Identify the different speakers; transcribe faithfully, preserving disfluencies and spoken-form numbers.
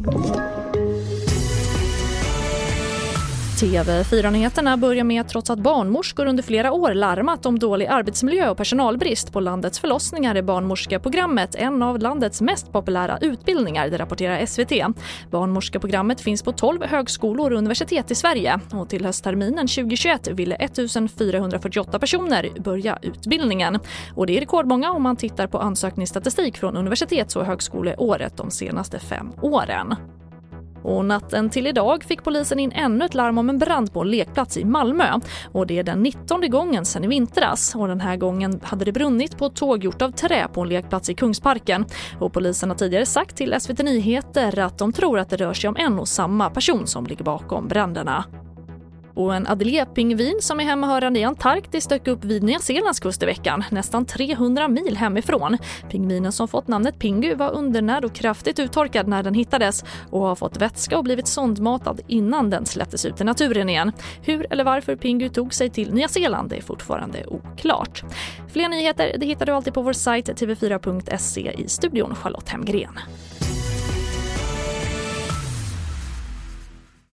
Speaker 1: T V fyra-nyheterna börjar med att trots att barnmorskor under flera år larmat om dålig arbetsmiljö och personalbrist på landets förlossningar är barnmorskeprogrammet en av landets mest populära utbildningar, det rapporterar S V T. Barnmorskeprogrammet finns på tolv högskolor och universitet i Sverige och till höstterminen tjugohundratjugoett ville ettusenfyrahundrafyrtioåtta personer börja utbildningen. Och det är rekordmånga om man tittar på ansökningsstatistik från universitets- och högskoleåret de senaste fem åren. Och natten till idag fick polisen in ännu ett larm om en brand på en lekplats i Malmö. Och det är den nittonde gången sedan i vintras. Och den här gången hade det brunnit på ett tåg gjort av trä på en lekplats i Kungsparken. Och polisen har tidigare sagt till S V T Nyheter att de tror att det rör sig om en och samma person som ligger bakom bränderna. Och en Adelie-pingvin som är hemmahörande i Antarktis dök upp vid Nya Zeelands kust i veckan, nästan trehundra mil hemifrån. Pingvinen som fått namnet Pingu var undernärd och kraftigt uttorkad när den hittades och har fått vätska och blivit sondmatad innan den släpptes ut i naturen igen. Hur eller varför Pingu tog sig till Nya Zeeland är fortfarande oklart. Fler nyheter det hittar du alltid på vår sajt t v fyra punkt se. I studion Charlotte Hemgren.